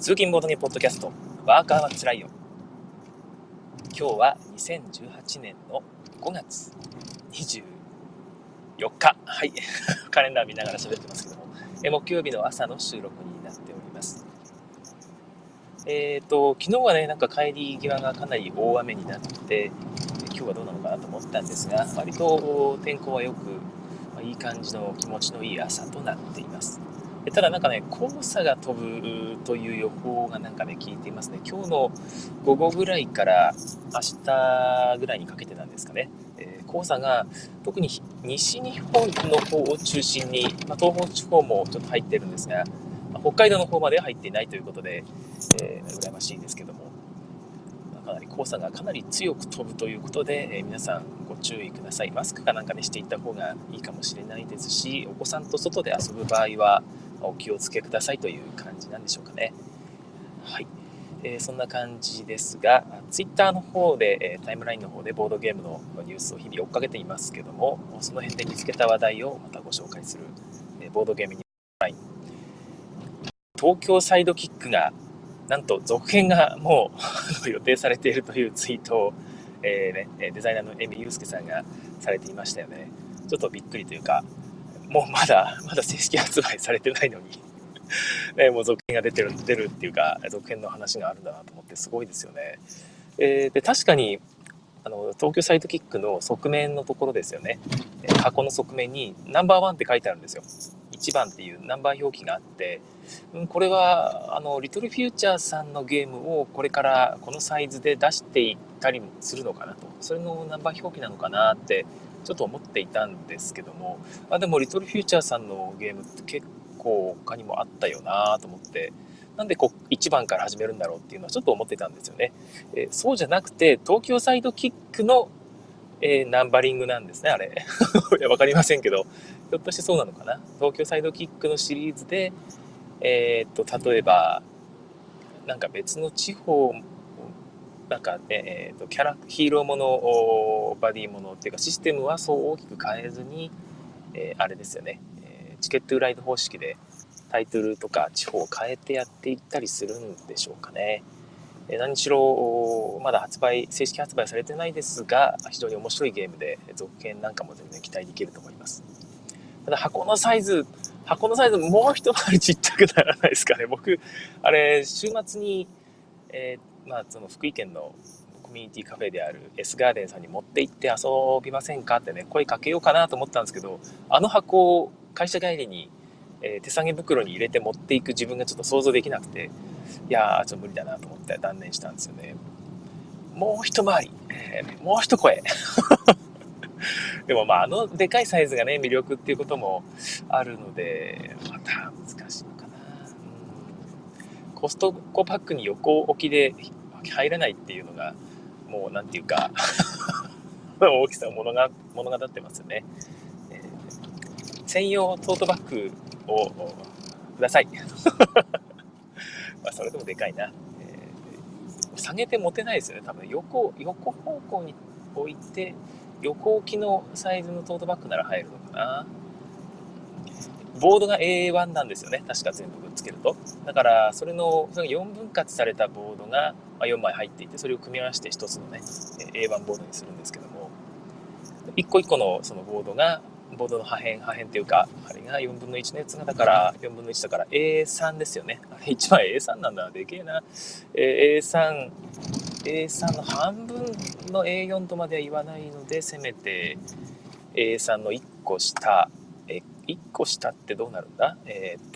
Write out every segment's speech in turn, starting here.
通勤ボードゲームポッドキャスト、ワーカーはつらいよ。今日は2018年の5月24日。はい。カレンダー見ながら喋ってますけども、木曜日の朝の収録になっております。昨日はね、なんか帰り際がかなり大雨になって、今日はどうなのかなと思ったんですが、割と天候はよく、いい感じの気持ちのいい朝となっています。ただなんかね、黄砂が飛ぶという予報がなんかね、聞いていますね。今日の午後ぐらいから明日ぐらいにかけてなんですかね。黄砂が特に西日本の方を中心に、東北地方もちょっと入ってるんですが、北海道の方までは入っていないということで、羨ましいですけども、かなり黄砂がかなり強く飛ぶということで、皆さんご注意ください。マスクかなんかにしていった方がいいかもしれないですし、お子さんと外で遊ぶ場合はお気をつけくださいという感じなんでしょうかね。はい。そんな感じですが、ツイッターの方で、タイムラインの方でボードゲームのニュースを日々追っかけていますけども、その辺で見つけた話題をまたご紹介する、ボードゲームニュースライン。東京サイドキックがなんと続編がもう予定されているというツイートを、デザイナーの江見祐介さんがされていましたよね。ちょっとびっくりというか、もうまだ正式発売されてないのにもう続編が出るっていうか、続編の話があるんだなと思ってすごいですよね。で確かに東京サイドキックの側面のところですよね。箱の側面にナンバーワンって書いてあるんですよ。1番っていうナンバー表記があって、これはリトルフューチャーさんのゲームをこれからこのサイズで出していったりもするのかなと、それのナンバー表記なのかなってちょっと思っていたんですけども、でもリトルフューチャーさんのゲームって結構他にもあったよなと思って、なんで1番から始めるんだろうっていうのはちょっと思ってたんですよね。そうじゃなくて東京サイドキックの、ナンバリングなんですね、あれ。いや、わかりませんけど、ひょっとしてそうなのかな。東京サイドキックのシリーズで、例えば、なんか別の地方、なんかね、ヒーローもの、バディものっていうか、システムはそう大きく変えずに、あれですよね、チケットライド方式でタイトルとか地方を変えてやっていったりするんでしょうかね。何しろまだ正式発売されてないですが、非常に面白いゲームで続編なんかも全然期待できると思います。ただ箱のサイズもう一回りちっちゃくならないですかね。僕あれ週末に、その福井県のコミュニティカフェである S ガーデンさんに持って行って遊びませんかってね、声かけようかなと思ったんですけど、あの箱を会社帰りに、手提げ袋に入れて持っていく自分がちょっと想像できなくて、いやーちょっと無理だなと思って断念したんですよね。もう一回り、もう一声でもでかいサイズがね魅力っていうこともあるので、また難しいのかな。コストコパックに横置きで入らないっていうのがもうなんていうか大きさを物語ってますよね。専用トートバッグをくださいそれでもでかいな。下げて持てないですよね。多分横方向に置いて横置きのサイズのトートバッグなら入るのかな。ボードが A1 なんですよね、確か全部ぶっつけると。だからそれの4分割されたボードが4枚入っていて、それを組み合わせて一つのね A1 ボードにするんですけども、一個一個のそのボードの破片っていうか、あれが4分の1のやつがだから4分の1だから A3 ですよね。あれ1枚 A3 なんだ、でけえな。A3 の半分の A4 とまでは言わないので、せめて A3 の1個下、1個下ってどうなるんだ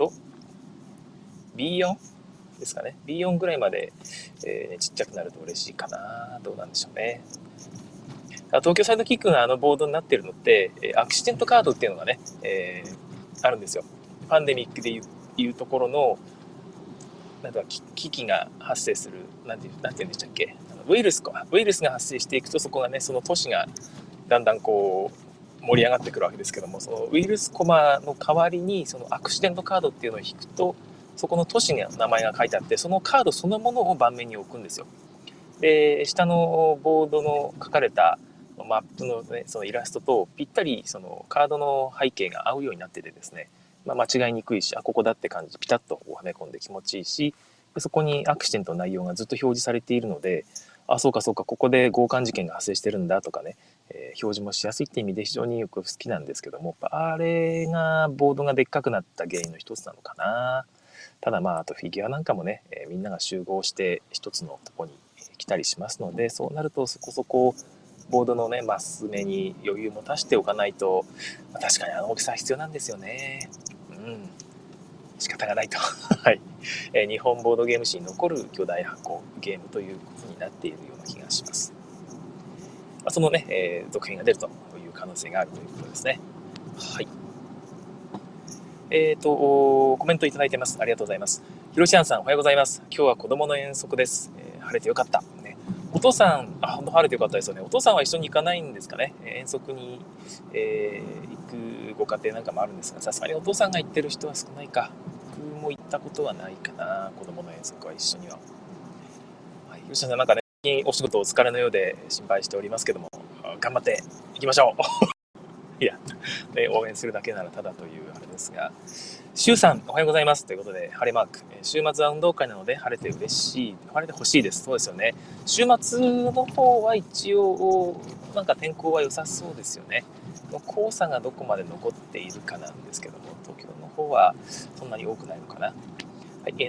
B4 ですかね。B4 ぐらいまで、ちっちゃくなると嬉しいかな。どうなんでしょうね。東京サイドキックがボードになってるのって、アクシデントカードっていうのがね、あるんですよ。パンデミックでいうところの、なんか危機が発生する、なんていうんでしたっけ、ウイルスが発生していくと、そこがね、その都市がだんだんこう盛り上がってくるわけですけども、そのウイルスコマの代わりにそのアクシデントカードっていうのを引くと、そこの都市の名前が書いてあって、そのカードそのものを盤面に置くんですよ。で下のボードの書かれたマップの、ね、そのイラストとぴったりそのカードの背景が合うようになっててですね、間違いにくいし、ここだって感じピタッとはめ込んで気持ちいいし、 でそこにアクシデントの内容がずっと表示されているので、あ、そうかそうか、ここで強姦事件が発生してるんだとかね、表示もしやすいって意味で非常によく好きなんですけども、あれがボードがでっかくなった原因の一つなのかな。ただあとフィギュアなんかもね、みんなが集合して一つのとこに来たりしますので、そうなるとそこそこボードのね、マス目に余裕も足しておかないと、確かにあの大きさ必要なんですよね。仕方がないと。はい。日本ボードゲーム史に残る巨大箱ゲームということになっているような気がします。そのね、続編が出るという可能性があるということですね。はい。コメントいただいてます。ありがとうございます。ひろしあんさん、おはようございます。今日は子供の遠足です。晴れてよかった。ね、お父さん、本当晴れてよかったですよね。お父さんは一緒に行かないんですかね。遠足に、行くご家庭なんかもあるんですが、さすがにお父さんが行ってる人は少ないか。僕も行ったことはないかな。子供の遠足は一緒には。はい、ひろしあんさん、なんかね、最近お仕事お疲れのようで心配しておりますけども、頑張っていきましょう。いや、応援するだけならただというあれですが、シュウさん、おはようございます。ということで、晴れマーク。週末は運動会なので、晴れて嬉しい。晴れてほしいです。そうですよね。週末の方は一応、なんか天候は良さそうですよね。黄砂がどこまで残っているかなんですけども、東京の方はそんなに多くないのかな。はい、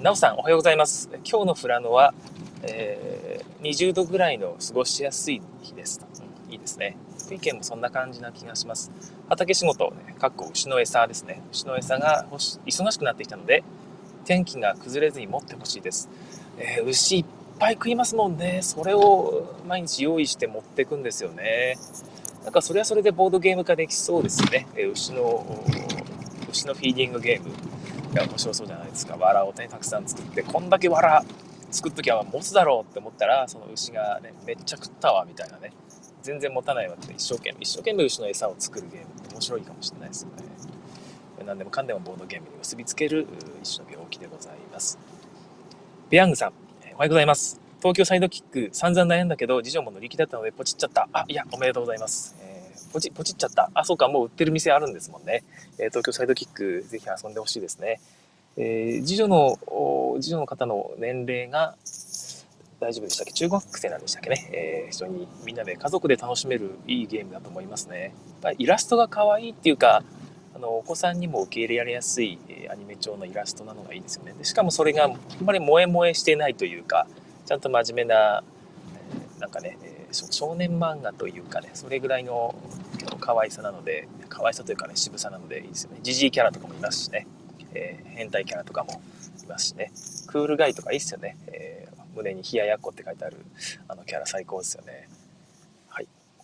なおさん、おはようございます。今日の富良野は、20度ぐらいの過ごしやすい日です。いいですね。福井県もそんな感じな気がします。畑仕事、かっこ牛の餌ですね。牛の餌が忙しくなってきたので、天気が崩れずに持ってほしいです。牛いっぱい食いますもんね。それを毎日用意して持っていくんですよね。なんかそれはそれでボードゲーム化できそうですよね。牛のフィーディングゲーム。いや面白そうじゃないですか。藁をねたくさん作って、こんだけ藁作っときゃ持つだろうって思ったら、その牛がねめっちゃ食ったわみたいなね、全然持たないわけで、一生懸命牛の餌を作るゲームって面白いかもしれないですよね。何でもかんでもボードゲームに結びつける一種の病気でございます。ペヤングさん、おはようございます。東京サイドキック散々悩んだけど次女も乗り気だったのでポチっちゃった。いやおめでとうございます。ポチっちゃった。そうか、もう売ってる店あるんですもんね。東京サイドキックぜひ遊んでほしいですね。次女の方の年齢が大丈夫でしたっけ、中学生なんでしたっけね。非常にみんなで家族で楽しめるいいゲームだと思いますね。やっぱりイラストが可愛いっていうか、お子さんにも受け入れられやすい、アニメ調のイラストなのがいいですよね。でしかもそれがあんまり萌え萌えしてないというか、ちゃんと真面目な、なんかね、少年漫画というかね、それぐらいの可愛さなので、可愛さというかね、渋さなのでいいですよね。ジジイキャラとかもいますしね、変態キャラとかもいますしね、クールガイとかいいっすよね。胸に冷ややっこって書いてあるあのキャラ最高ですよね。はい。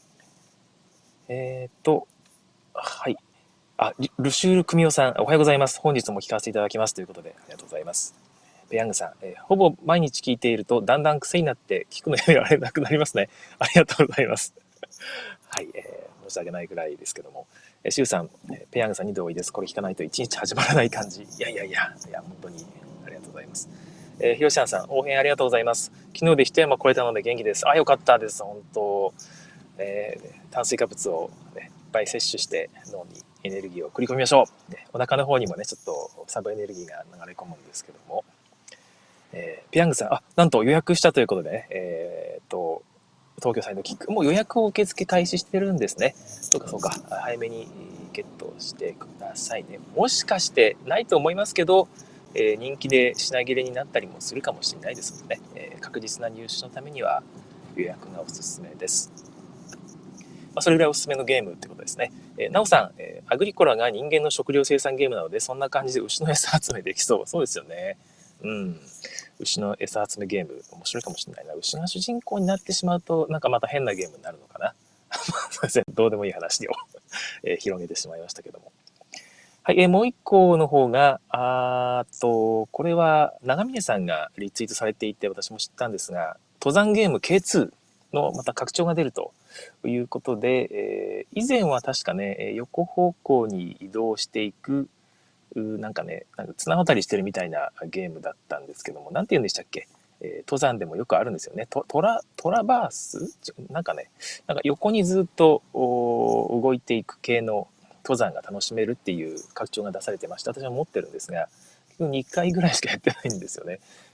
はい。ルシュール組夫さん、おはようございます。本日も聞かせていただきますということで、ありがとうございます。ペヤングさん、ほぼ毎日聞いていると、だんだん癖になって聞くのやめられなくなりますね。ありがとうございます。はい、申し訳ないぐらいですけども。シュウさん、ペヤングさんに同意です。これ聞かないと一日始まらない感じ。いや、本当にありがとうございます。ひろしあんさん、応援ありがとうございます。昨日で一山越えたので元気です。よかったです。本当、炭水化物を、ね、いっぱい摂取して脳にエネルギーを送り込みましょう。お腹の方にもね、ちょっとサブエネルギーが流れ込むんですけども。ペヤングさん、なんと予約したということでね、東京サイドキック、もう予約を受付開始してるんですね。そうか、早めにゲットしてくださいね。もしかしてないと思いますけど、人気で品切れになったりもするかもしれないですのでね、確実な入手のためには予約がおすすめです。それぐらいおすすめのゲームってことですね。なおさん、アグリコラが人間の食料生産ゲームなので、そんな感じで牛の餌集めできそう。そうですよね。うん。牛の餌集めゲーム、面白いかもしれないな。牛が主人公になってしまうと、なんかまた変なゲームになるのかな。すいません。どうでもいい話を広げてしまいましたけども。はい、もう一個の方が、これは長峰さんがリツイートされていて、私も知ったんですが、登山ゲーム K2 のまた拡張が出るということで、以前は確かね、横方向に移動していく、なんか綱渡りしてるみたいなゲームだったんですけども、なんて言うんでしたっけ、登山でもよくあるんですよね。トラバースなんかね、なんか横にずっと動いていく系の登山が楽しめるっていう拡張が出されてました。私は持ってるんですが、結局2回ぐらいしかやってないんですよね。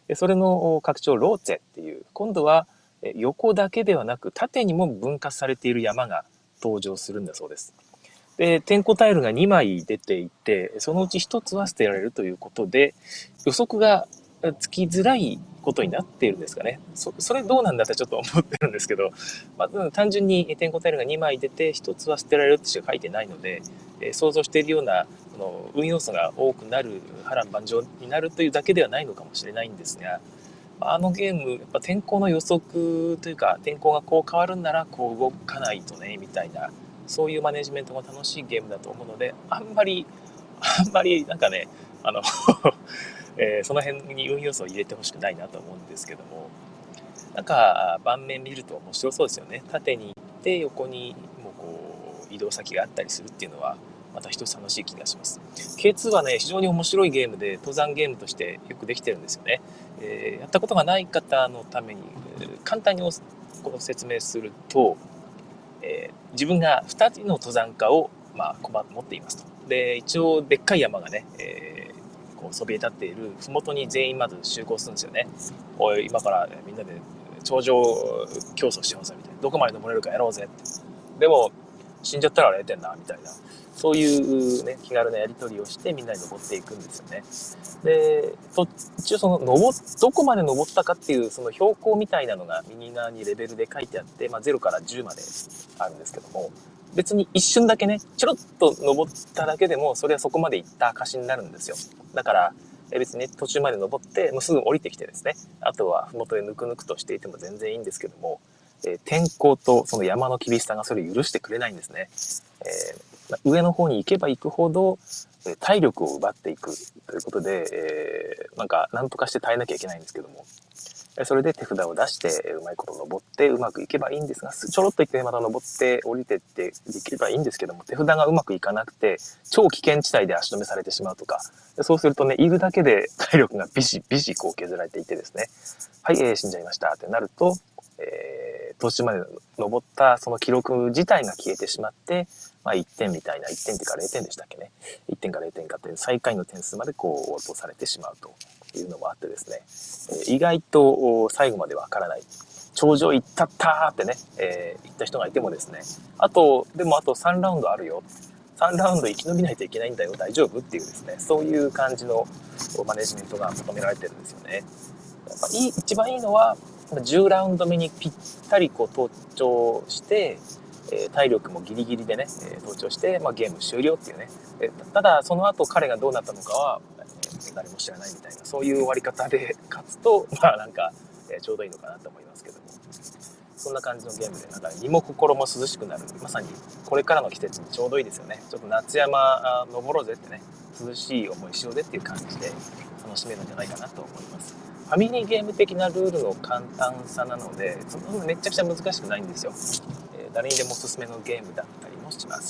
それの拡張ローツェっていう、今度は横だけではなく縦にも分割されている山が登場するんだそうです。で、点呼タイルが2枚出ていて、そのうち1つは捨てられるということで、予測がつきづらいことになっているんですかね。それどうなんだってちょっと思ってるんですけど、まあ、単純に点呼タイルが2枚出て、1つは捨てられるってしか書いてないので、想像しているような運要素が多くなる、波乱万丈になるというだけではないのかもしれないんですが、あのゲーム、やっぱ天候の予測というか、天候がこう変わるんならこう動かないとね、みたいな、そういうマネジメントが楽しいゲームだと思うので、あんまりなんかね、その辺に運要素を入れてほしくないなと思うんですけども、なんか盤面見ると面白そうですよね。縦に行って横にもうこう移動先があったりするっていうのは、また一つ楽しい気がします。K2 はね、非常に面白いゲームで、登山ゲームとしてよくできてるんですよね。やったことがない方のために、簡単にこ説明すると、自分が2人の登山家を、持っていますと。で、一応でっかい山がね、こうそびえ立っている麓に全員まず集合するんですよね。おい、今からみんなで頂上競争しようぜみたいな。どこまで登れるかやろうぜって。でも、死んじゃったら0点な、みたいな。そういうね、気軽なやり取りをしてみんなに登っていくんですよね。で、一応そのどこまで登ったかっていうその標高みたいなのが右側にレベルで書いてあって、0から10まであるんですけども、別に一瞬だけね、ちょろっと登っただけでも、それはそこまで行った証になるんですよ。だから、別に、ね、途中まで登って、もうすぐ降りてきてですね、あとは麓へぬくぬくとしていても全然いいんですけども、天候とその山の厳しさがそれを許してくれないんですね。上の方に行けば行くほど体力を奪っていくということで、なんとかして耐えなきゃいけないんですけども、それで手札を出してうまいこと登ってうまくいけばいいんですが、ちょろっと行ってまた登って降りてってできればいいんですけども、手札がうまくいかなくて超危険地帯で足止めされてしまうとか、そうするとね、いるだけで体力がビシビシこう削られていてですね、はい、死んじゃいましたってなると、途中まで登ったその記録自体が消えてしまって、1点みたいな、1点っていうか0点でしたっけね。1点か0点かって最下位の点数までこう落とされてしまうというのもあってですね、意外と最後までわからない。頂上行ったったーってね、言った人がいてもですね、でもあと3ラウンドあるよ。3ラウンド生き延びないといけないんだよ、大丈夫っていうですね、そういう感じのマネジメントが求められてるんですよね。やっぱ一番いいのは、10ラウンド目にぴったりこう登頂して、体力もギリギリでね、登頂して、ゲーム終了っていうね。ただ、その後彼がどうなったのかは、誰も知らないみたいな、そういう終わり方で勝つと、ちょうどいいのかなと思いますけども。そんな感じのゲームで、身も心も涼しくなる、まさにこれからの季節にちょうどいいですよね。ちょっと夏山登ろうぜってね、涼しい思いしようぜっていう感じで楽しめるんじゃないかなと思います。ファミリーゲーム的なルールの簡単さなので、そのめちゃくちゃ難しくないんですよ。誰にでもおすすめのゲームだったりもします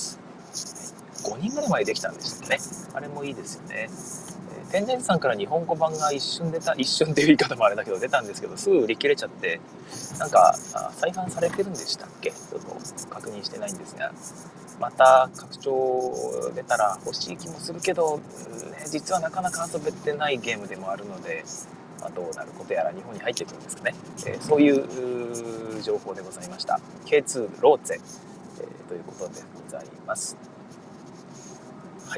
。5人ぐらいまでできたんでしたね。あれもいいですよね。天然さんから日本語版が一瞬っていう言い方もあれだけど出たんですけど、すぐ売り切れちゃって、再販されてるんでしたっけ、ちょっと確認してないんですが、また拡張出たら欲しい気もするけど、実はなかなか遊べてないゲームでもあるので、どうなることやら日本に入ってくるんですかね。そういう情報でございました。K2 ローツェ、ということでございます。はい。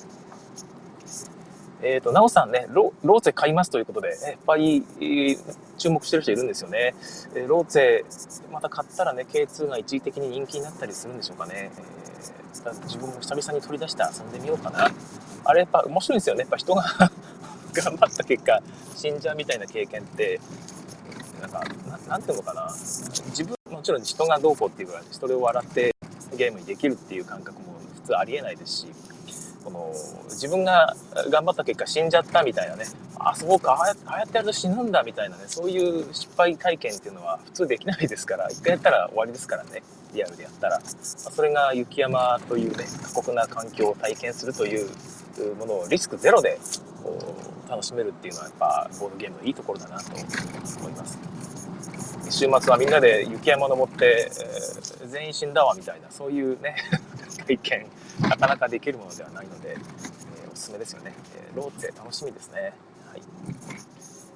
なおさんね、ローツェ買いますということで、やっぱり、注目してる人いるんですよね。ローツェ、また買ったらね、K2 が一時的に人気になったりするんでしょうかね。自分も久々に取り出して遊んでみようかな。あれやっぱ面白いんですよね。やっぱ人が頑張った結果、死んじゃうみたいな経験って、なんていうのかな。自分、もちろん人がどうこうっていうか、それを笑ってゲームにできるっていう感覚も普通ありえないですし、自分が頑張った結果死んじゃったみたいなね、そうか、ああやってやると死ぬんだみたいなね、そういう失敗体験っていうのは普通できないですから、一回やったら終わりですからね、リアルでやったら。それが雪山というね、過酷な環境を体験するというものをリスクゼロで楽しめるっていうのはやっぱボードゲームのいいところだなと思います。週末はみんなで雪山登って、全員死んだわみたいな、そういうね体験なかなかできるものではないので、おすすめですよね。ローツェ楽しみですね。はい。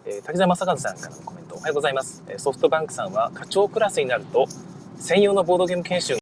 滝沢正和さんからのコメント、おはようございます。ソフトバンクさんは課長クラスになると専用のボードゲーム研修です。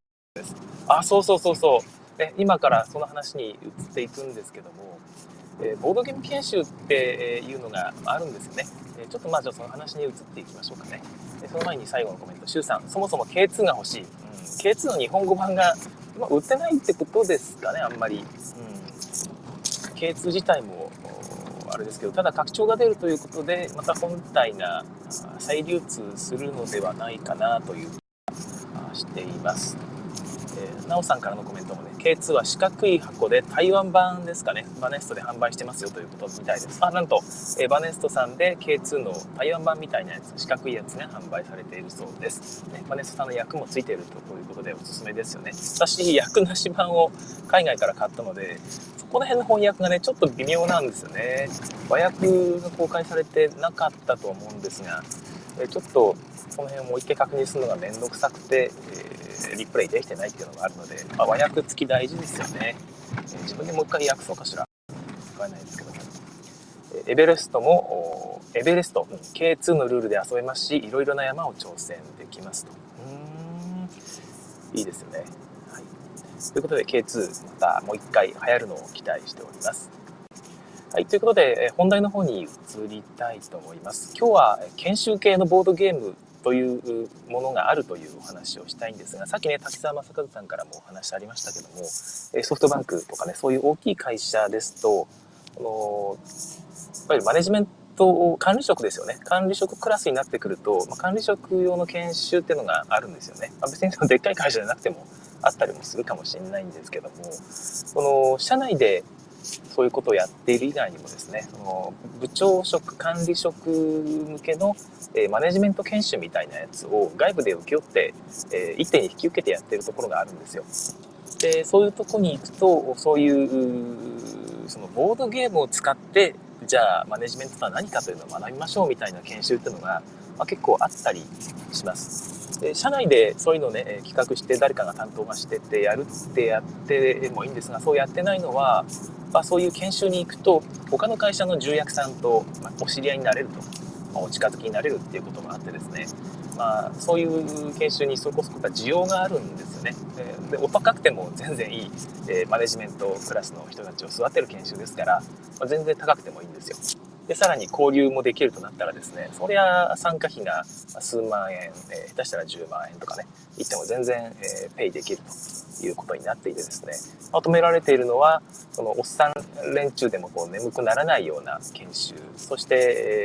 そうそうそうそう。今からその話に移っていくんですけども、ボードゲーム研修っていうのがあるんですよね。ちょっとまずその話に移っていきましょうかね。その前に最後のコメント、シュウさん、そもそも K2 が欲しい。K2 の日本語版が今売ってないってことですかね、あんまり。K2 自体もあれですけど、ただ拡張が出るということで、また本体が再流通するのではないかなという気がしています。なおさんからのコメントもね、K2 は四角い箱で台湾版ですかね、バネストで販売してますよということみたいです。なんと、バネストさんで K2 の台湾版みたいなやつ、四角いやつが販売されているそうです。バネストさんの役もついているということでおすすめですよね。私、役なし版を海外から買ったので、そこら辺の翻訳がね、ちょっと微妙なんですよね。和訳が公開されてなかったと思うんですが、ちょっとその辺をもう一回確認するのがめんどくさくて、リプレイできてないっていうのがあるので、和訳付き大事ですよね。自分でもう一回訳そうかしら。わからないですけども。エベレスト、K2 のルールで遊べますし、いろいろな山を挑戦できますと。いいですよね。はい。ということで K2 またもう一回流行るのを期待しております。はい、ということで本題の方に移りたいと思います。今日は研修系のボードゲームというものがあるというお話をしたいんですが、さっきね、滝沢正和さんからもお話ありましたけども、ソフトバンクとかね、そういう大きい会社ですと、いわゆるマネジメント管理職ですよね。管理職クラスになってくると、管理職用の研修っていうのがあるんですよね。別にそのでっかい会社じゃなくてもあったりもするかもしれないんですけども、この社内でそういうことをやっている以外にもですね、その部長職、管理職向けのマネジメント研修みたいなやつを外部で請け負って、一手に引き受けてやっているところがあるんですよ。で、そういうとこに行くと、そういうそのボードゲームを使って、じゃあマネジメントとは何かというのを学びましょうみたいな研修っていうのが、結構あったりします。で、社内でそういうのをね、企画して誰かが担当がしてってやってもいいんですが、そうやってないのは、そういう研修に行くと他の会社の重役さんと、お知り合いになれると、お近づきになれるっていうこともあってですね、そういう研修にそれこそ需要があるんですよね。で、お高くても全然いい、マネジメントクラスの人たちを育てる研修ですから、全然高くてもいいんですよ。で、さらに交流もできるとなったらですね、そりゃ参加費が数万円、下手したら10万円とかね、言っても全然、ペイできるということになっていてですね、求められているのは、そのおっさん連中でも眠くならないような研修、そして、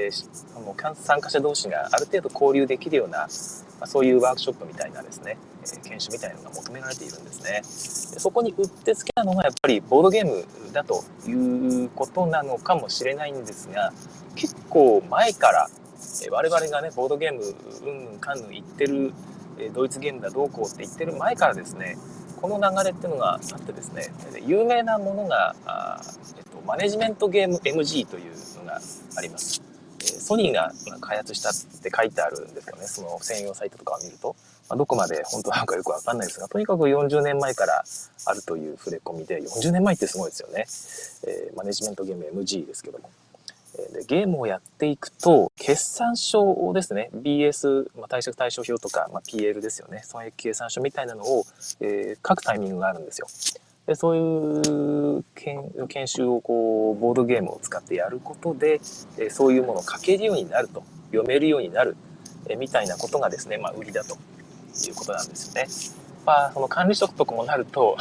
参加者同士がある程度交流できるような、そういうワークショップみたいなですね、研修みたいなのが求められているんですね。でそこにうってつけなのがやっぱりボードゲームだということなのかもしれないんですが、結構前から我々がね、ボードゲームうんぬんかんぬん言ってる、ドイツゲームだどうこうって言ってる前からですね、この流れっていうのがあってですね、有名なものがマネジメントゲーム MG というのがあります。ソニーが開発したって書いてあるんですよね、その専用サイトとかを見ると。どこまで本当なのかよくわかんないですが、とにかく40年前からあるという触れ込みで、40年前ってすごいですよね。マネジメントゲーム MG ですけども。でゲームをやっていくと、決算書ですね、BS、貸借対照表とか、PL ですよね、損益計算書みたいなのを、書くタイミングがあるんですよ。でそういう研修をボードゲームを使ってやることで、そういうものを書けるようになると、読めるようになる、みたいなことがですね、売りだということなんですよね。その管理職とかもなると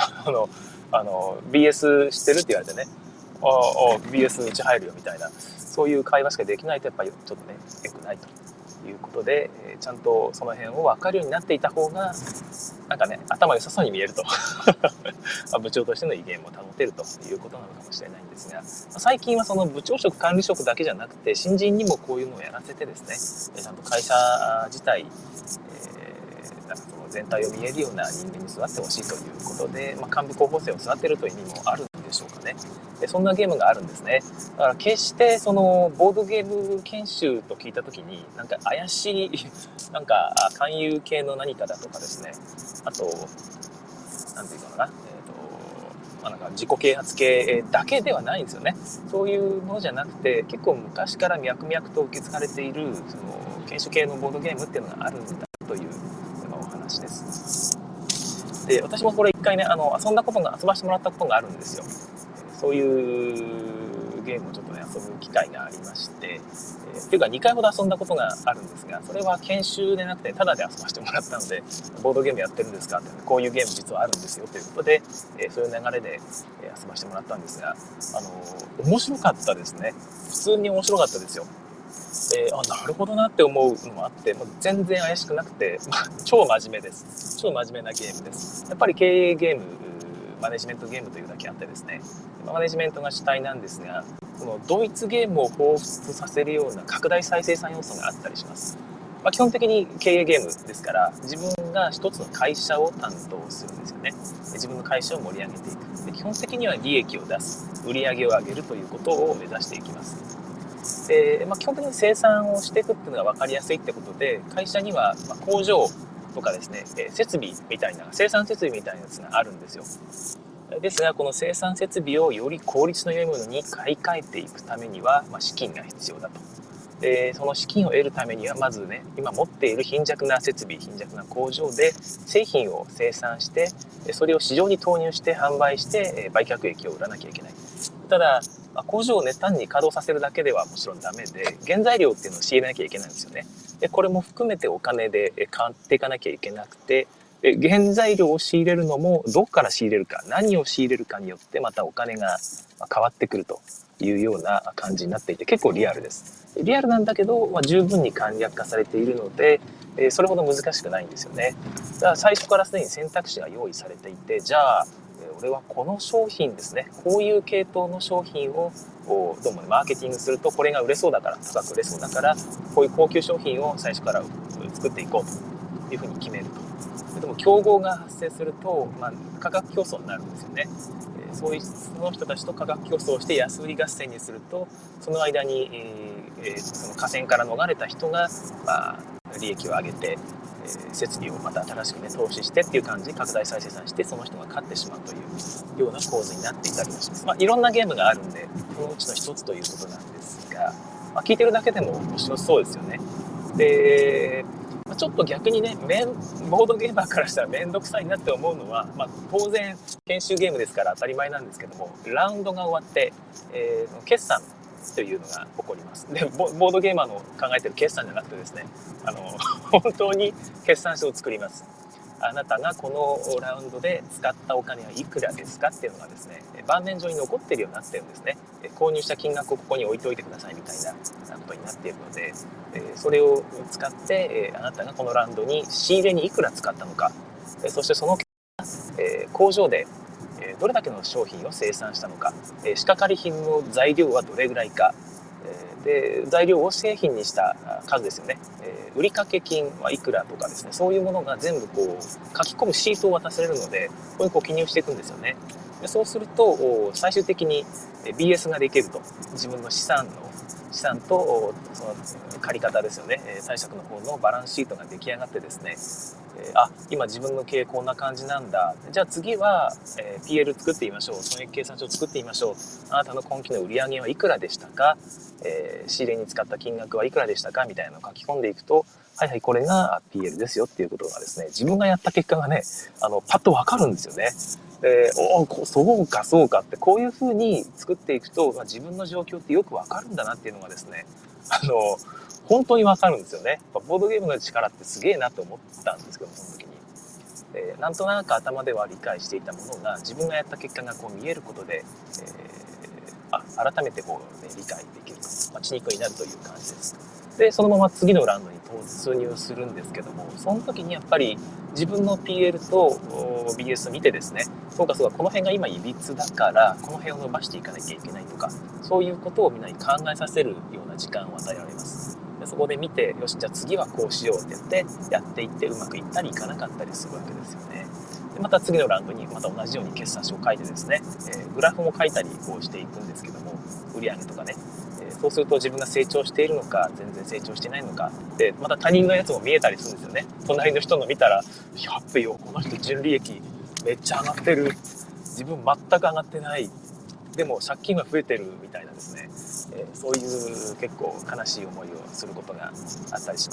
BS 知ってるって言われてね、BS うち入るよみたいな、そういう会話しかできないとやっぱりちょっとね、良くないということで、ちゃんとその辺を分かるようになっていた方が、なんかね、頭良さそうに見えると部長としての威厳も保てるということなのかもしれないんですが、最近はその部長職、管理職だけじゃなくて、新人にもこういうのをやらせてですね、ちゃんと会社自体、なんかその全体を見えるような人間に育ってほしいということで、幹部候補生を育てるという意味もあるんでしょうかね。そんなゲームがあるんですね。だから決してそのボードゲーム研修と聞いたときに、なんか怪しい、なんか勧誘系の何かだとかですね、あと、なんていうのかな、 なんか自己啓発系だけではないんですよね。そういうものじゃなくて、結構昔から脈々と受け継がれているその研修系のボードゲームっていうのがあるんだというお話です。で、私もこれ一回ね、遊ばせてもらったことがあるんですよ。そういうゲームをちょっとね、遊ぶ機会がありまして、っていうか2回ほど遊んだことがあるんですが、それは研修でなくてタダで遊ばせてもらったので、ボードゲームやってるんですかって、こういうゲーム実はあるんですよということで、そういう流れで遊ばせてもらったんですが、面白かったですね。普通に面白かったですよ。なるほどなって思うのもあって、もう全然怪しくなくて、超真面目です。超真面目なゲームです。やっぱり経営ゲーム、マネジメントゲームというだけあってですね、マネジメントが主体なんですが、このドイツゲームを彷彿させるような拡大再生産要素があったりします。基本的に経営ゲームですから、自分が一つの会社を担当するんですよね。自分の会社を盛り上げていく。で、基本的には利益を出す、売り上げを上げるということを目指していきます。基本的に生産をしていくっていうのが分かりやすいってことで、会社には工場とかですね、設備みたいな、生産設備みたいなやつがあるんですよ。ですが、この生産設備をより効率の良いものに買い替えていくためには、資金が必要だと。で、その資金を得るためには、まずね、今持っている貧弱な設備、貧弱な工場で製品を生産して、それを市場に投入して販売して、売却益を売らなきゃいけない。ただ、工場をね、単に稼働させるだけではもちろんダメで、原材料っていうのを仕入れなきゃいけないんですよね。で、これも含めてお金で買っていかなきゃいけなくて、原材料を仕入れるのもどこから仕入れるか、何を仕入れるかによってまたお金が変わってくるというような感じになっていて、結構リアルです。リアルなんだけど、十分に簡略化されているので、それほど難しくないんですよね。だから最初からすでに選択肢が用意されていて、じゃあ俺はこの商品ですね、こういう系統の商品をどうもね、マーケティングするとこれが売れそうだから、高く売れそうだから、こういう高級商品を最初から作っていこうというふうに決めると。でも競合が発生すると、価格競争になるんですよね。その人たちと価格競争をして安売り合戦にすると、その間に、その河川から逃れた人が、利益を上げて、設備をまた新しくね、投資してっていう感じで拡大再生産して、その人が勝ってしまうというような構図になっていたりもします。いろんなゲームがあるんで、そのうちの一つということなんですが、聞いてるだけでも面白そうですよね。で、ちょっと逆にね、ボードゲーマーからしたら面倒くさいなって思うのは、当然研修ゲームですから当たり前なんですけども、ラウンドが終わって、決算というのが起こります。で、ボードゲーマーの考えてる決算じゃなくてですね、本当に決算書を作ります。あなたがこのラウンドで使ったお金はいくらですかっていうのがですね、盤面上に残っているようになってるんですね。購入した金額をここに置いておいてくださいみたいなことになっているので、それを使ってあなたがこのラウンドに仕入れにいくら使ったのか、そしてその工場でどれだけの商品を生産したのか、仕掛かり品の材料はどれぐらいか、で材料を製品にした数ですよね、売掛金はいくらとかですね、そういうものが全部こう書き込むシートを渡されるので、ここに記入していくんですよね。でそうすると最終的に BS ができると、自分の資産とその借り方ですよね、貸借の方のバランスシートが出来上がってですね、今自分の経営こんな感じなんだ、じゃあ次は、PL 作ってみましょう、損益計算書を作ってみましょう、あなたの今期の売上はいくらでしたか、仕入れに使った金額はいくらでしたかみたいなのを書き込んでいくと、はいはい、これが PL ですよっていうことがですね、自分がやった結果がね、パッとわかるんですよね。そうかそうかって、こういう風に作っていくと、自分の状況ってよくわかるんだなっていうのがですね、本当にわかるんですよね。ボードゲームの力ってすげえなと思ったんですけど、その時に。なんとなく頭では理解していたものが、自分がやった結果がこう見えることで、改めてこう、理解できると、血肉になるという感じです。で、そのまま次のラウンドに突入するんですけども、その時にやっぱり自分の PL と BS 見てですね、そうかそうか、この辺が今いびつだから、この辺を伸ばしていかなきゃいけないとか、そういうことをみんなに考えさせるような時間を与えられます。でそこで見て、よし、じゃあ次はこうしようって言って、やっていってうまくいったりいかなかったりするわけですよね。でまた次のラウンドにまた同じように決算書を書いてですね、グラフも書いたりこうしていくんですけども、売上とかね、そうすると自分が成長しているのか全然成長していないのかで、また他人のやつも見えたりするんですよね。隣の人の見たら、やっべよ、この人純利益めっちゃ上がってる、 自分全く上がってない、でも借金が増えてるみたいなですね、そういう結構悲しい思いをすることがあったりします。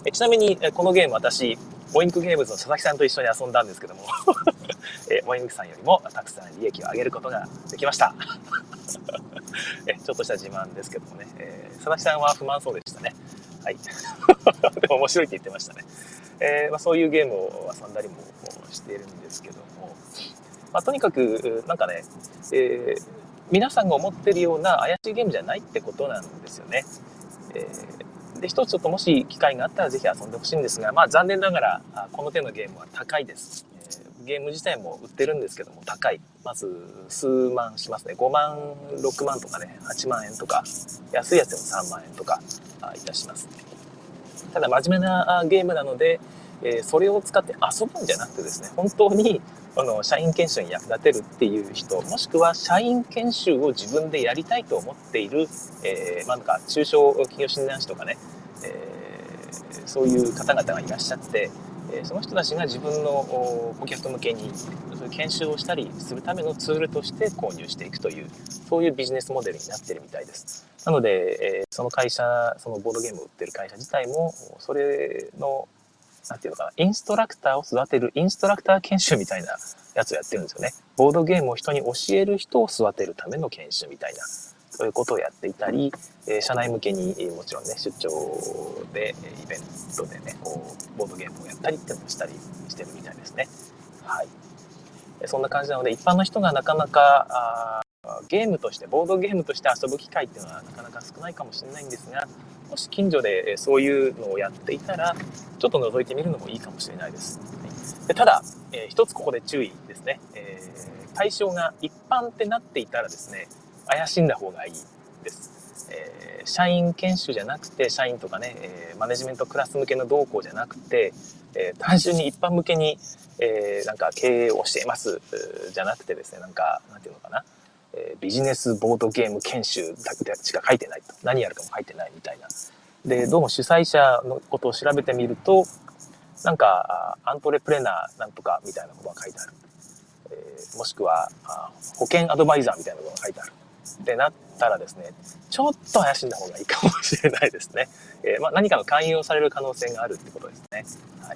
ちなみにこのゲーム、私モインクゲームズの佐々木さんと一緒に遊んだんですけどもモインクさんよりもたくさん利益を上げることができましたちょっとした自慢ですけどもね、佐々木さんは不満そうでしたね。はいでも面白いって言ってましたね。そういうゲームを遊んだりもしているんですけども、とにかくなんかね、皆さんが思ってるような怪しいゲームじゃないってことなんですよね。で一つちょっともし機会があったらぜひ遊んでほしいんですが、残念ながらこの手のゲームは高いです。ゲーム自体も売ってるんですけども高い。まず数万しますね。5万、6万とかね、8万円とか、安いやつでも3万円とかいたします。ただ真面目なゲームなので、それを使って遊ぶんじゃなくてですね、本当に社員研修に役立てるっていう人、もしくは社員研修を自分でやりたいと思っている、なんか中小企業診断士とかね、そういう方々がいらっしゃって、その人たちが自分の顧客向けにそういう研修をしたりするためのツールとして購入していくという、そういうビジネスモデルになっているみたいです。なので、その会社、そのボードゲームを売ってる会社自体も、それの、なんていうのかな、インストラクターを育てるインストラクター研修みたいなやつをやってるんですよね。ボードゲームを人に教える人を育てるための研修みたいな、そういうことをやっていたり、社内向けにもちろんね、出張でイベントでね、ボードゲームをやったりっていうのをしたりしてるみたいですね。はい。そんな感じなので、一般の人がなかなかゲームとして、ボードゲームとして遊ぶ機会っていうのはなかなか少ないかもしれないんですが、もし近所でそういうのをやっていたら、ちょっと覗いてみるのもいいかもしれないです。でただ、一つここで注意ですね。対象が一般ってなっていたらですね、怪しんだ方がいいです。社員研修じゃなくて、社員とかね、マネジメントクラス向けの動向じゃなくて、単純に一般向けに、なんか経営を教えますじゃなくてですね、なんていうのかな、ビジネスボードゲーム研修だけしか書いてないと。何やるかも書いてないみたいな。で、どうも主催者のことを調べてみると、なんか、アントレプレナーなんとかみたいなことが書いてある。もしくは、保険アドバイザーみたいなことが書いてある。ってなったらですね、ちょっと怪しんだ方がいいかもしれないですね。何かの勧誘をされる可能性があるってことですね。はい。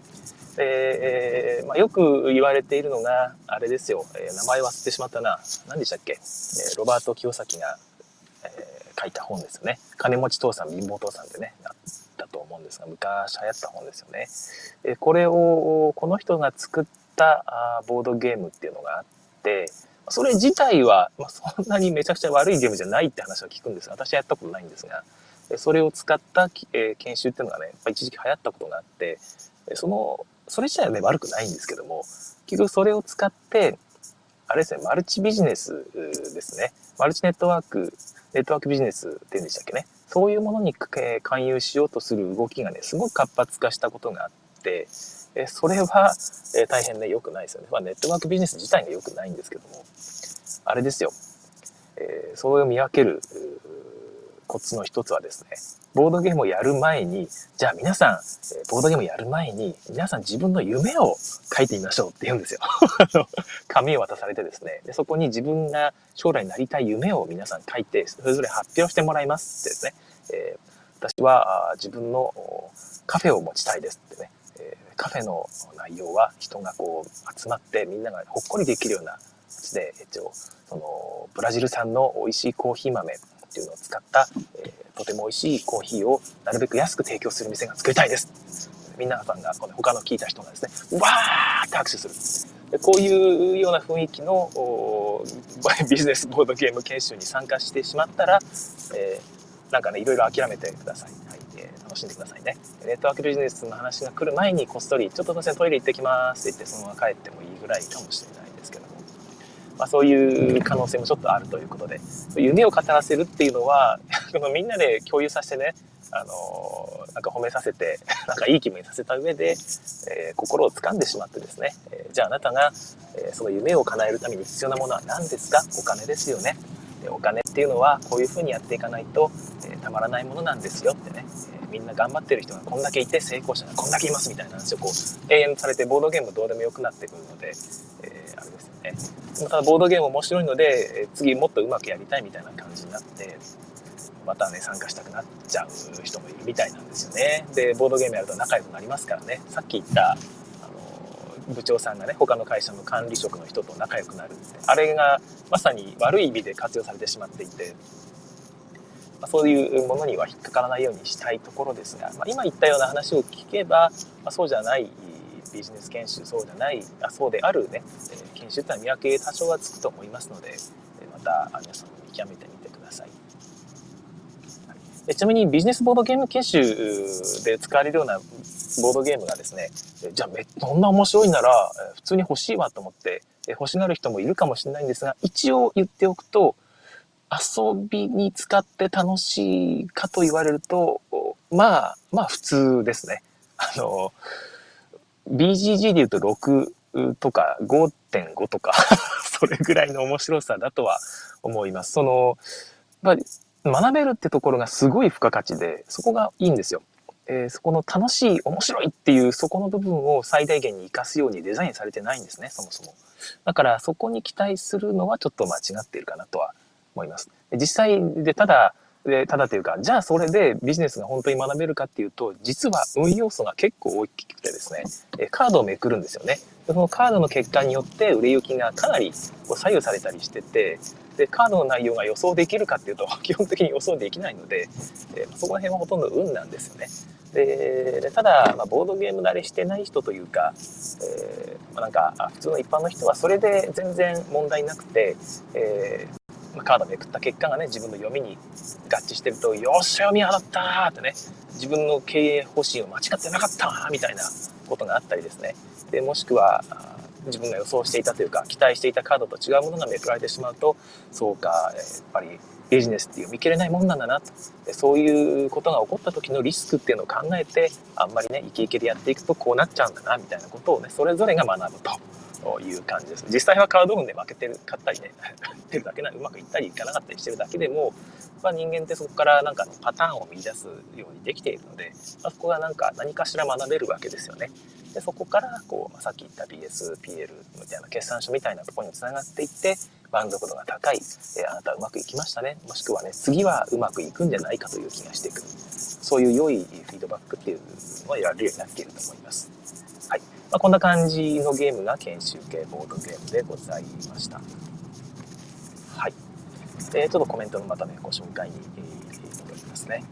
よく言われているのが、あれですよ、名前忘れてしまったな。何でしたっけ、ロバート清崎が、書いた本ですよね。金持ち父さん、貧乏父さんってね、あったと思うんですが、昔流行った本ですよね。これを、この人が作ったボードゲームっていうのがあって、それ自体は、そんなにめちゃくちゃ悪いゲームじゃないって話は聞くんですが、私はやったことないんですが、それを使った、研修っていうのがね、やっぱ一時期流行ったことがあって、それ自体はね、悪くないんですけども、結局それを使って、あれですね、マルチビジネスですね。マルチネットワークビジネスっていうんでしたっけね。そういうものに勧誘しようとする動きがね、すごく活発化したことがあって、それは大変ね、良くないですよね。ネットワークビジネス自体が良くないんですけども、あれですよ。それを見分けるコツの一つはですね、ボードゲームをやる前に、じゃあ皆さん、ボードゲームをやる前に、皆さん自分の夢を書いてみましょうって言うんですよ。紙を渡されてですね、でそこに自分が将来なりたい夢を皆さん書いて、それぞれ発表してもらいますってですね、私は自分のカフェを持ちたいですってね、カフェの内容は人がこう集まってみんながほっこりできるようなで、そのブラジル産の美味しいコーヒー豆っていうのを使った、とても美味しいコーヒーをなるべく安く提供する店が作りたいです。皆さんが他の聞いた人がですね、わーって拍手する。でこういうような雰囲気のビジネスボードゲーム研修に参加してしまったら、なんかね、いろいろ諦めてください。はい、楽しんでくださいね。ネットワークビジネスの話が来る前にこっそり、ちょっとすいません、トイレ行ってきますって言ってそのまま帰ってもいいぐらいかもしれないですけども。そういう可能性もちょっとあるということで、夢を語らせるっていうのはみんなで共有させてね、なんか褒めさせて、なんかいい気分にさせた上で、心を掴んでしまってですね、じゃああなたが、その夢を叶えるために必要なものは何ですか？お金ですよね。お金っていうのはこういうふうにやっていかないと、たまらないものなんですよってね、みんな頑張ってる人がこんだけいて成功者がこんだけいますみたいな話をこう永遠されてボードゲームどうでもよくなってくるので、あれですよね。 またボードゲーム面白いので、次もっとうまくやりたいみたいな感じになって、またね、参加したくなっちゃう人もいるみたいなんですよね。で、ボードゲームやると仲良くなりますからね。さっき言った、部長さんがね、他の会社の管理職の人と仲良くなるって、あれがまさに悪い意味で活用されてしまっていて、そういうものには引っかからないようにしたいところですが、今言ったような話を聞けば、そうじゃないビジネス研修、そうじゃない、そうであるね、研修というのは見分け多少はつくと思いますので、また皆さんも見極めてみてください。ちなみにビジネスボードゲーム研修で使われるようなボードゲームがですね、じゃあそんな面白いなら普通に欲しいわと思って欲しがる人もいるかもしれないんですが、一応言っておくと、遊びに使って楽しいかと言われると、まあ普通ですね。BGG で言うと6とか 5.5 とかそれぐらいの面白さだとは思います。学べるってところがすごい付加価値で、そこがいいんですよ。そこの楽しい、面白いっていうそこの部分を最大限に活かすようにデザインされてないんですね、そもそも。だからそこに期待するのはちょっと間違っているかなとは思います。実際でただというか、じゃあそれでビジネスが本当に学べるかっていうと、実は運要素が結構大きくてですね、カードをめくるんですよね。そのカードの結果によって売れ行きがかなり左右されたりしてて、でカードの内容が予想できるかっていうと基本的に予想できないので、そこら辺はほとんど運なんですよね。でただ、ボードゲーム慣れしてない人というか、なんか普通の一般の人はそれで全然問題なくて、カードめくった結果がね、自分の読みに合致してると、よっしゃ読み当たったってね、自分の経営方針を間違ってなかったみたいなことがあったりですね。でもしくは自分が予想していたというか期待していたカードと違うものがめくられてしまうと、そうか、やっぱりビジネスって読み切れないもんなんだなと。でそういうことが起こった時のリスクっていうのを考えて、あんまりねイケイケでやっていくとこうなっちゃうんだなみたいなことをね、それぞれが学ぶという感じです。実際はカード運で負けてる勝ったりね勝ってるだけな、うまくいったりいかなかったりしてるだけでも、人間ってそこからなんかのパターンを見出すようにできているので、そこが何かしら学べるわけですよね。でそこからさっき言った BSPL みたいな決算書みたいなところにつながっていって、満足度が高い、あなたはうまくいきましたね、もしくはね次はうまくいくんじゃないかという気がしてくる、そういう良いフィードバックっていうのは得られるようになっていると思います。はい。こんな感じのゲームが研修系ボードゲームでございました。はい。ちょっとコメントのまたねご紹介に戻りますね。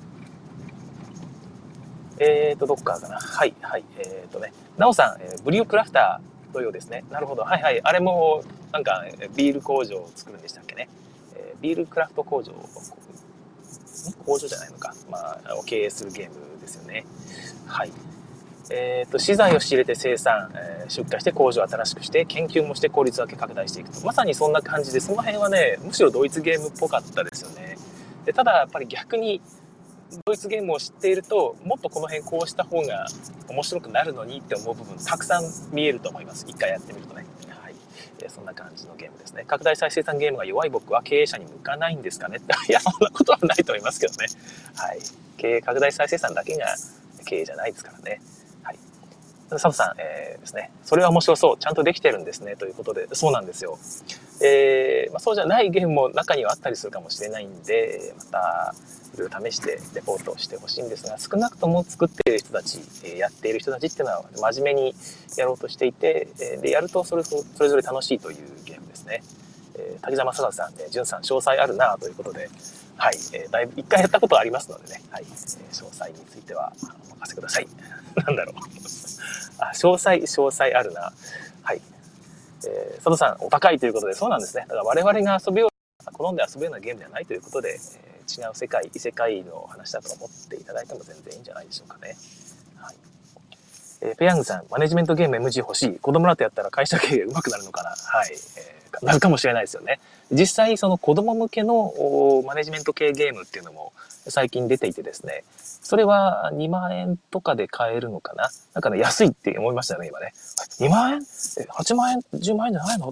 どっからかな。はい、はい。なおさん、ブリュークラフターというですね。なるほど。はいはい。あれも、なんか、ビール工場を作るんでしたっけね。ビールクラフト工場じゃないのか。を経営するゲームですよね。はい。資材を仕入れて生産、出荷して工場を新しくして研究もして効率だけ拡大していくと、まさにそんな感じで、その辺はねむしろドイツゲームっぽかったですよね。でただやっぱり逆にドイツゲームを知っていると、もっとこの辺こうした方が面白くなるのにって思う部分たくさん見えると思います。一回やってみるとね。はい。そんな感じのゲームですね。拡大再生産ゲームが弱い僕は経営者に向かないんですかね。いや、そんなことはないと思いますけどね。はい。経営拡大再生産だけが経営じゃないですからね。はい。佐藤さん、ですね。それは面白そう。ちゃんとできてるんですね。ということで、そうなんですよ。そうじゃないゲームも中にはあったりするかもしれないんで、またいろいろ試してレポートをしてほしいんですが、少なくとも作っている人たち、やっている人たちっていうのは真面目にやろうとしていて、でやるとそれぞれ楽しいというゲームですね。滝沢正和さん、淳さん詳細あるなということで、はい、だいぶ一回やったことありますのでね、はい、詳細についてはお任せください。なんだろう詳細あるな。はい。佐藤さん、お高いということで、そうなんですね。だから我々が好んで遊ぶようなゲームではないということで、違う異世界の話だと思っていただいても全然いいんじゃないでしょうかね。はい。ペヤングさん、マネジメントゲーム MG 欲しい。子供らとやったら会社経営上手くなるのかな。はい。なるかもしれないですよね。実際、その子供向けのマネジメント系ゲームっていうのも最近出ていてですね、それは2万円とかで買えるのかな。なんかね、安いって思いましたよね、今ね。2万円8万円 ?10 万円じゃないの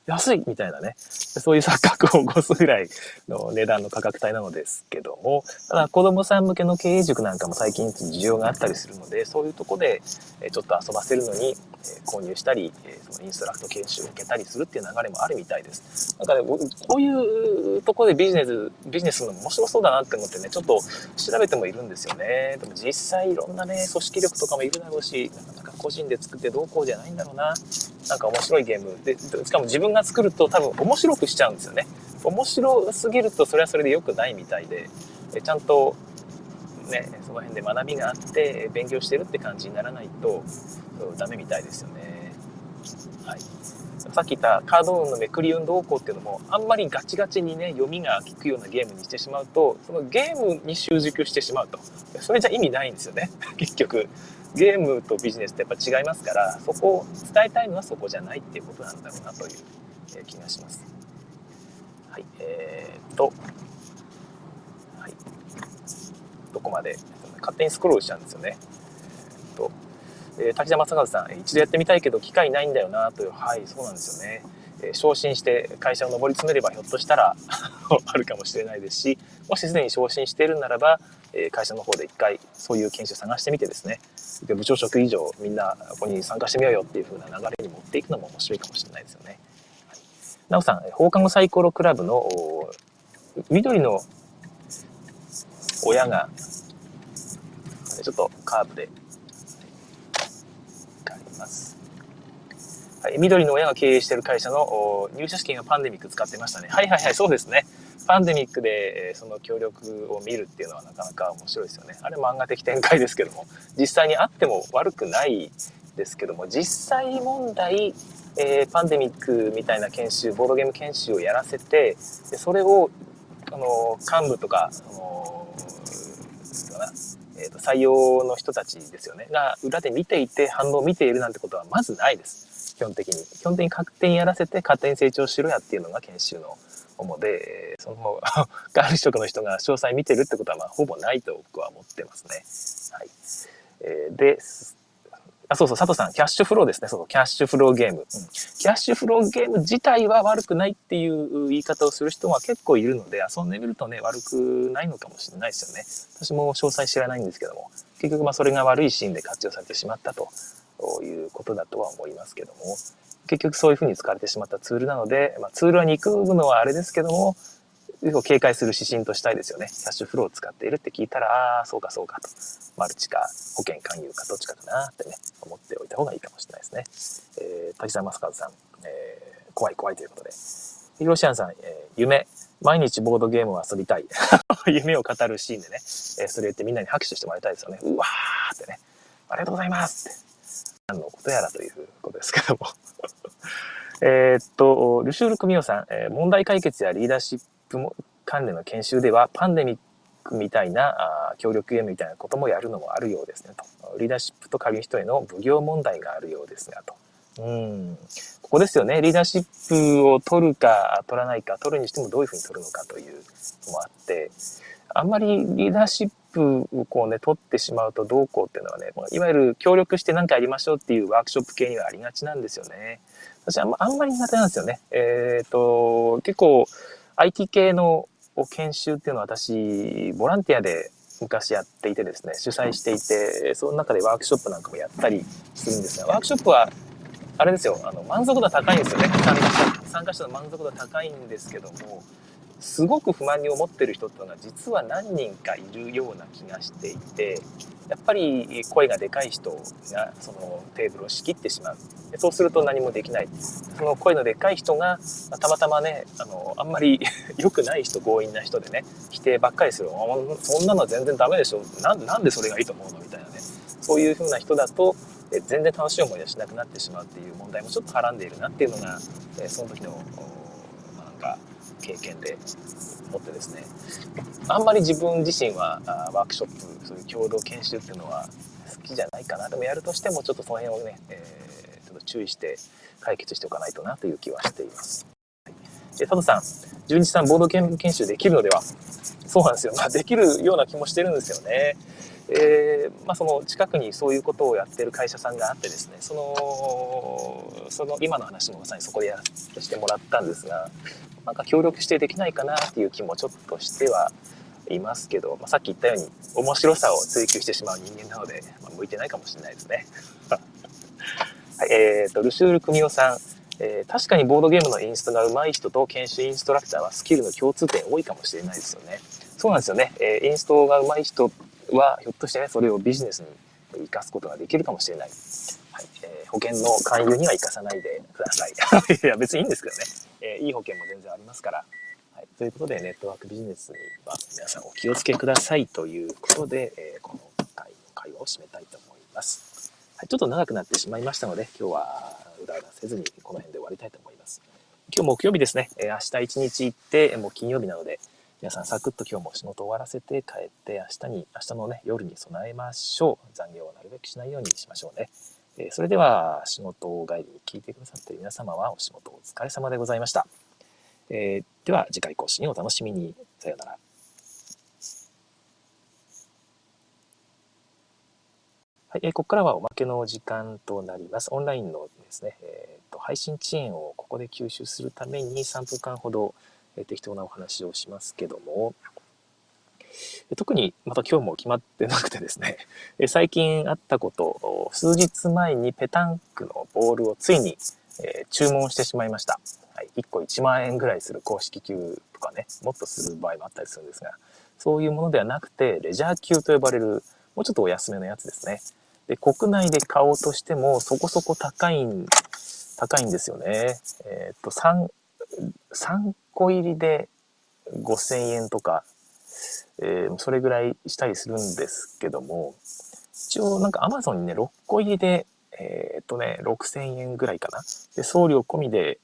安いみたいなね、そういう錯覚を起こすぐらいの値段の価格帯なのですけども、ただ子供さん向けの経営塾なんかも最近需要があったりするので、そういうとこでちょっと遊ばせるのに購入したり、そのインストラクト研修を受けたりするっていう流れもあるみたいです。なんかね、こういうところでビジネスするのも面白そうだなって思ってね、ちょっと調べてもいるんですよね。でも実際いろんなね、組織力とかもいるだろうし、なかなか個人で作ってどうこうじゃないんだろうな。なんか面白いゲームで、しかも自分が作ると多分面白くしちゃうんですよね。面白すぎるとそれはそれで良くないみたいで、ちゃんとね、その辺で学びがあって勉強してるって感じにならないとダメみたいですよね。はい。さっき言ったカード運のめくり運動向っていうのもあんまりガチガチにね読みが効くようなゲームにしてしまうとそのゲームに習熟してしまうとそれじゃ意味ないんですよね結局ゲームとビジネスってやっぱ違いますからそこを伝えたいのはそこじゃないっていうことなんだろうなという気がします。はい、はい、どこまで勝手にスクロールしちゃうんですよね。滝沢正和さん、一度やってみたいけど機会ないんだよなという、はい、そうなんですよね。昇進して会社を上り詰めればひょっとしたらあるかもしれないですし、もしすでに昇進しているならば、会社の方で一回そういう研修を探してみてですね、で部長職以上みんなここに参加してみようよっていう風な流れに持っていくのも面白いかもしれないですよね。はい、なおさん、放課後サイコロクラブの緑の親がちょっとカーブであります。はい、緑の親が経営している会社の入社資金がパンデミック使ってましたね。はいはいはい、そうですね。パンデミックでその協力を見るっていうのはなかなか面白いですよね。あれ漫画的展開ですけども、実際にあっても悪くないですけども、実際問題、パンデミックみたいな研修、ボードゲーム研修をやらせて、でそれを幹部とか、採用の人たちですよねが裏で見ていて反応を見ているなんてことはまずないです。基本的に勝手にやらせて勝手に成長しろやっていうのが研修の主で、その管理職の人が詳細見てるってことはほぼないと僕は思ってますね。はい。で、そうそう、佐藤さん、キャッシュフローですね。そう、キャッシュフローゲーム。キャッシュフローゲーム自体は悪くないっていう言い方をする人は結構いるので、遊んでみるとね、悪くないのかもしれないですよね。私も詳細知らないんですけども、結局それが悪いシーンで活用されてしまったということだとは思いますけども、結局そういうふうに使われてしまったツールなので、ツールは憎むのはあれですけども、警戒する指針としたいですよね。キャッシュフローを使っているって聞いたら、ああ、そうかそうかと。マルチか保険勧誘かどっちかだなってね、思っておいた方がいいかもしれないですね。滝沢正和さん、怖い怖いということで。ヒロシアンさん、夢、毎日ボードゲームを遊びたい。夢を語るシーンでね、それ言ってみんなに拍手してもらいたいですよね。うわーってね、ありがとうございますって。何のことやらということですけども。ルシュール・クミオさん、問題解決やリーダーシップ関連の研修ではパンデミックみたいな協力ゲームみたいなこともやるのもあるようですねと。リーダーシップと借りる人への奉行問題があるようですがと。ここですよね。リーダーシップを取るか取らないか、取るにしてもどういうふうに取るのかというのもあって、あんまりリーダーシップをこうね、取ってしまうとどうこうっていうのはね、いわゆる協力して何かやりましょうっていうワークショップ系にはありがちなんですよね。私あんまり苦手なんですよね。結構 IT 系の研修っていうのは私、ボランティアで昔やっていてですね、主催していて、その中でワークショップなんかもやったりするんですが、ワークショップはあれですよ、満足度は高いんですよね。参加者の満足度は高いんですけども、すごく不満に思ってる人っていうのは実は何人かいるような気がしていて、やっぱり声がでかい人がそのテーブルを仕切ってしまう。そうすると何もできない。その声のでかい人がたまたまね、あんまり良くない人、強引な人でね、否定ばっかりする。そんなの全然ダメでしょ。なんでそれがいいと思うのみたいなね。そういう風な人だと、全然楽しい思いをしなくなってしまうっていう問題もちょっとはらんでいるなっていうのが、その時のなんか経験で思ってですね、あんまり自分自身はワークショップ、そういう共同研修っていうのは好きじゃないかな。でもやるとしてもちょっとその辺をね、ちょっと注意して解決しておかないとなという気はしています。佐藤さん、純一さんボードゲーム研修できるのでは。そうなんですよ。できるような気もしてるんですよね。 その近くにそういうことをやってる会社さんがあってですね、その今の話もまさにそこでやらせてもらったんですが、なんか協力してできないかなっていう気もちょっとしてはいますけど、さっき言ったように面白さを追求してしまう人間なので、向いてないかもしれないですね。はい、ルシュール邦夫さん、確かにボードゲームのインストが上手い人と研修インストラクターはスキルの共通点多いかもしれないですよね。そうなんですよね。インストが上手い人はひょっとしてね、それをビジネスに生かすことができるかもしれない。はい、保険の勧誘には生かさないでください。いや、別にいいんですけどね。いい保険も全然ありますから。はい、ということで、ネットワークビジネスには皆さんお気をつけくださいということで、この回の会話を締めたいと思います。はい、ちょっと長くなってしまいましたので、今日はうだうだせずにこの辺で終わりたいと思います。今日木曜日ですね。明日一日行って、もう金曜日なので、皆さんサクッと今日も仕事終わらせて帰って明日のね、夜に備えましょう。残業はなるべくしないようにしましょうね。それでは仕事帰りに聞いてくださっている皆様はお仕事お疲れ様でございました。では次回更新をお楽しみに。さようなら。はい、ここからはおまけの時間となります。オンラインのですね、配信遅延をここで吸収するために3分間ほど、適当なお話をしますけども、特にまた今日も決まってなくてですね、最近あったこと、数日前にペタンクのボールをついに、注文してしまいました。はい、1個1万円ぐらいする公式球とかね、もっとする場合もあったりするんですが、そういうものではなくて、レジャー球と呼ばれる、もうちょっとお安めのやつですね。で、国内で買おうとしてもそこそこ高いんですよね。3個入りで5000円とか、それぐらいしたりするんですけども、一応なんか Amazon にね、6個入りで、6000円ぐらいかな。で、送料込みで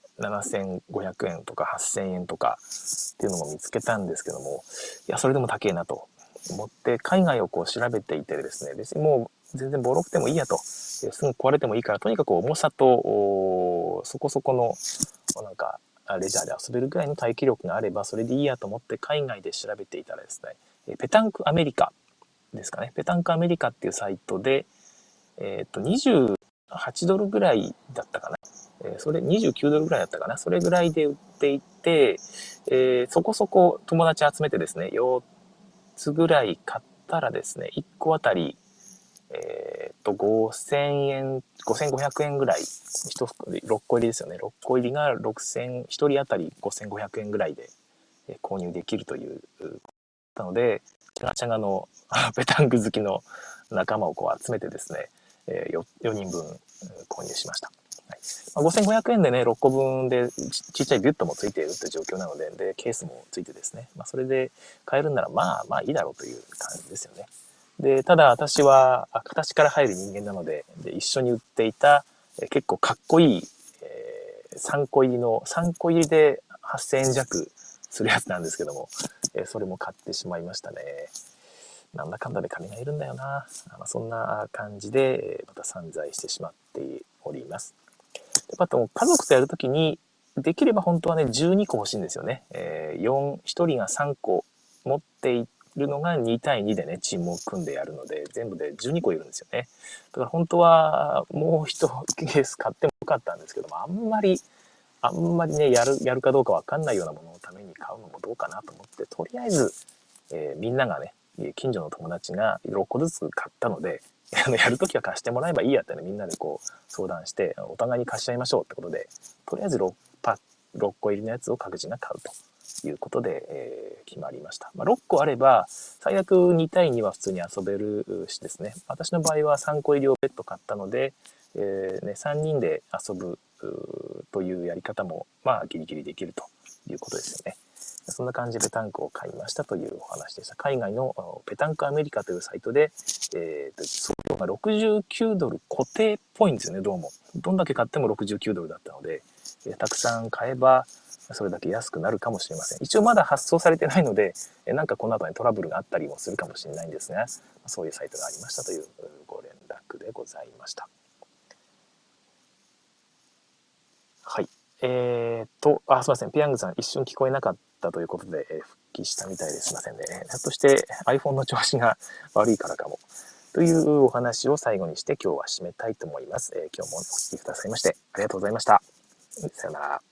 7500円とか8000円とかっていうのも見つけたんですけども、いや、それでも高えなと思って、海外をこう調べていてですね、別にもう全然ボロくてもいいやと、すぐ壊れてもいいから、とにかく重さと、そこそこの、なんか、レジャーで遊べるぐらいの耐久力があれば、それでいいやと思って海外で調べていたらですね、ペタンクアメリカですかね。ペタンクアメリカっていうサイトで、28ドルぐらいだったかな。それ29ドルぐらいだったかな。それぐらいで売っていて、そこそこ友達集めてですね、4つぐらい買ったらですね、1個あたり、5000円、5500円ぐらい、6個入りですよね。6個入りが6000、1人あたり5500円ぐらいで購入できるという、なので、チャガチャガのペタンク好きの仲間をこう集めてですね、4人分購入しました。はい、5500円でね、6個分でちっちゃいビュットもついているという状況なので、で、ケースもついてですね、それで買えるんならまあいいだろうという感じですよね。で、ただ私は形から入る人間なので、一緒に売っていた結構かっこいい、3個入りで8000円弱するやつなんですけども、それも買ってしまいましたね。なんだかんだで金がいるんだよな。そんな感じで、また散財してしまっております。あと、家族とやるときに、できれば本当はね、12個欲しいんですよね。1人が3個持っているのが2対2でね、チームを組んでやるので、全部で12個いるんですよね。だから本当はもう1ケース買ってもよかったんですけども、あんまりね、やるかどうかわかんないようなもののために買うのもどうかなと思って、とりあえず、みんながね、近所の友達が6個ずつ買ったので、やるときは貸してもらえばいいやってね、みんなでこう相談して、お互いに貸し合いましょうってことで、とりあえず6個入りのやつを各自が買うということで、決まりました。6個あれば、最悪2対2は普通に遊べるしですね、私の場合は3個入りを別途買ったので、3人で遊ぶというやり方も、ギリギリできるということですよね。そんな感じでペタンクを買いましたというお話でした。海外のペタンクアメリカというサイトで、送料が69ドル固定っぽいんですよね、どうも。どんだけ買っても69ドルだったので、たくさん買えば、それだけ安くなるかもしれません。一応まだ発送されてないので、なんかこの後にトラブルがあったりもするかもしれないんですが、そういうサイトがありましたというご連絡でございました。はい。すいません。ピヤングさん、一瞬聞こえなかっったということで、復帰したみたいですいませんね。ひょっとして iPhone の調子が悪いからかも。というお話を最後にして今日は締めたいと思います。今日もお聞きくださいましてありがとうございました。さようなら。